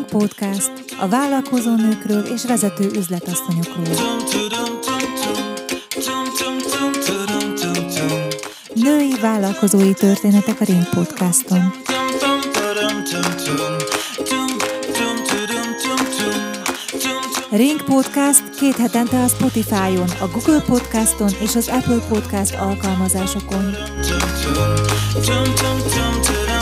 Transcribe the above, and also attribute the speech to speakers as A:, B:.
A: Ring Podcast a vállalkozó nőkről és vezető üzletasszonyokról. Női vállalkozói történetek a Ring Podcaston. Ring Podcast 2 hetente a Spotify-on, a Google Podcaston és az Apple Podcast alkalmazásokon.